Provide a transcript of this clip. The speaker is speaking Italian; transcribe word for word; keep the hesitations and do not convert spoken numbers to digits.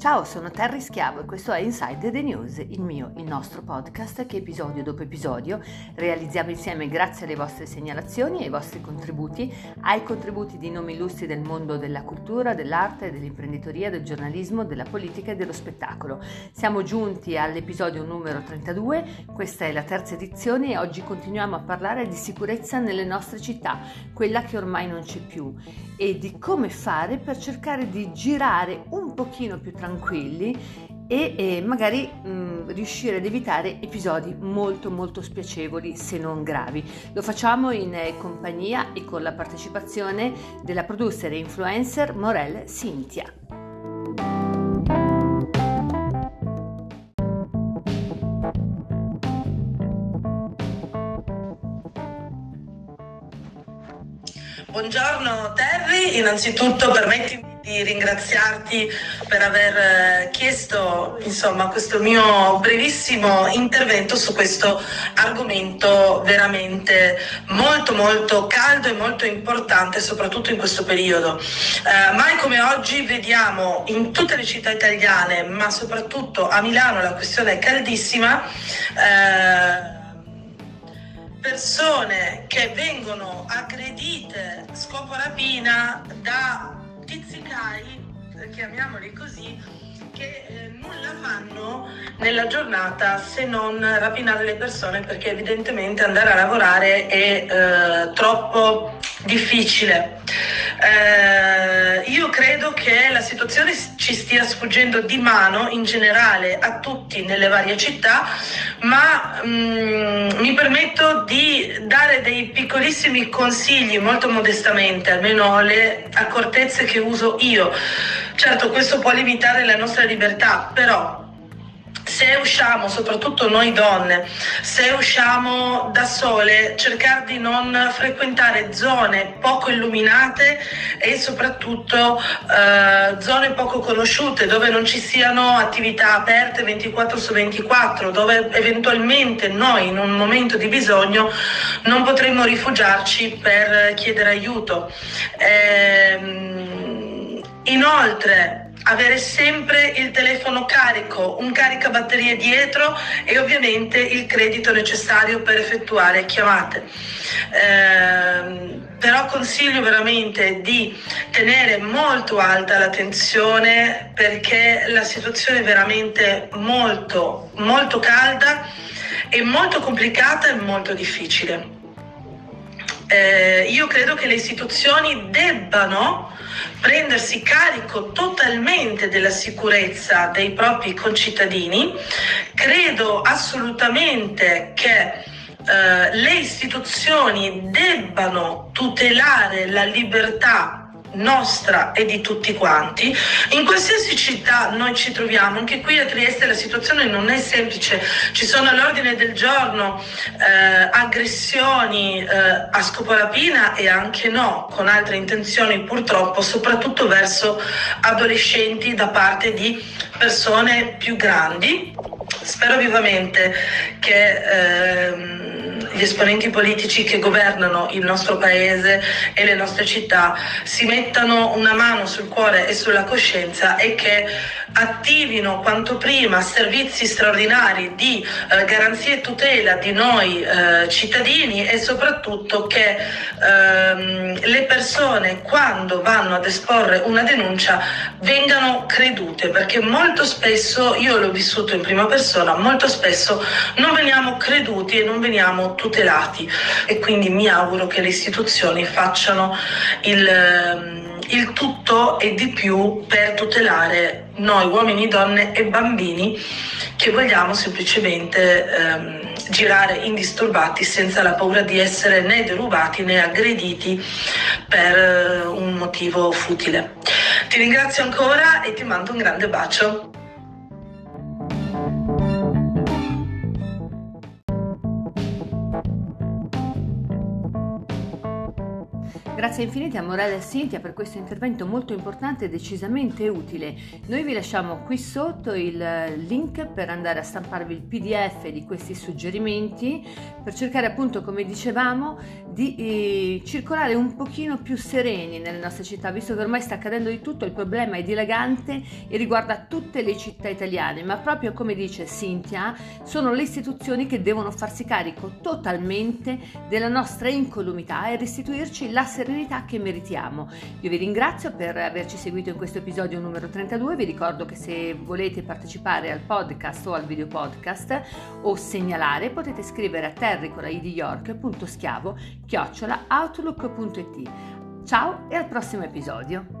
Ciao, sono Terry Schiavo e questo è Inside the News, il mio, il nostro podcast che episodio dopo episodio realizziamo insieme grazie alle vostre segnalazioni e ai vostri contributi, ai contributi di nomi illustri del mondo della cultura, dell'arte, dell'imprenditoria, del giornalismo, della politica e dello spettacolo. Siamo giunti all'episodio numero trentadue, questa è la terza edizione e oggi continuiamo a parlare di sicurezza nelle nostre città, quella che ormai non c'è più, e di come fare per cercare di girare un pochino più tranquilli e, e magari mh, riuscire ad evitare episodi molto molto spiacevoli se non gravi. Lo facciamo in eh, compagnia e con la partecipazione della producer e influencer Morel Cintia. Buongiorno Terry, innanzitutto permettimi di ringraziarti per aver chiesto insomma questo mio brevissimo intervento su questo argomento veramente molto molto caldo e molto importante, soprattutto in questo periodo. Eh, mai come oggi vediamo in tutte le città italiane, ma soprattutto a Milano la questione è caldissima, eh, persone che vengono aggredite scopo rapina da tizicai, chiamiamoli così, che eh, nulla fanno nella giornata se non rapinare le persone, perché evidentemente andare a lavorare è eh, troppo difficile. Eh, io credo che la situazione ci stia sfuggendo di mano in generale a tutti nelle varie città, ma mh, mi permetto di dare dei piccolissimi consigli molto modestamente, almeno le accortezze che uso io. Certo, questo può limitare la nostra libertà, però se usciamo, soprattutto noi donne, se usciamo da sole, cercare di non frequentare zone poco illuminate e soprattutto eh, zone poco conosciute, dove non ci siano attività aperte ventiquattro su ventiquattro, dove eventualmente noi in un momento di bisogno non potremmo rifugiarci per chiedere aiuto. Ehm, inoltre, avere sempre il telefono carico, un caricabatterie dietro e ovviamente il credito necessario per effettuare chiamate. Eh, però consiglio veramente di tenere molto alta la tensione, perché la situazione è veramente molto, molto calda e molto complicata e molto difficile. Eh, io credo che le istituzioni debbano prendersi carico totalmente della sicurezza dei propri concittadini. Credo assolutamente che eh, le istituzioni debbano tutelare la libertà nostra e di tutti quanti. In qualsiasi città noi ci troviamo, anche qui a Trieste la situazione non è semplice, ci sono all'ordine del giorno eh, aggressioni eh, a scopo rapina e anche no, con altre intenzioni purtroppo, soprattutto verso adolescenti da parte di persone più grandi. Spero vivamente che ehm, gli esponenti politici che governano il nostro paese e le nostre città si mettano una mano sul cuore e sulla coscienza e che attivino quanto prima servizi straordinari di eh, garanzia e tutela di noi eh, cittadini, e soprattutto che ehm, le persone, quando vanno ad esporre una denuncia, vengano credute, perché molto spesso, io l'ho vissuto in prima persona, molto spesso non veniamo creduti e non veniamo tutelati, e quindi mi auguro che le istituzioni facciano il il tutto e di più per tutelare noi uomini, donne e bambini che vogliamo semplicemente ehm, girare indisturbati senza la paura di essere né derubati né aggrediti per eh, un motivo futile. Ti ringrazio ancora e ti mando un grande bacio. Grazie infinite a Morel e Cintia per questo intervento molto importante e decisamente utile. Noi vi lasciamo qui sotto il link per andare a stamparvi il P D F di questi suggerimenti, per cercare appunto, come dicevamo, di eh, circolare un pochino più sereni nelle nostre città, visto che ormai sta accadendo di tutto. Il problema è dilagante e riguarda tutte le città italiane, ma proprio come dice Cynthia, sono le istituzioni che devono farsi carico totalmente della nostra incolumità e restituirci la serenità che meritiamo. Io vi ringrazio per averci seguito in questo episodio numero trentadue. Vi ricordo che se volete partecipare al podcast o al video podcast o segnalare, potete scrivere a terricolaidiyork.schiavo chiocciola outlook punto it. Ciao e al prossimo episodio!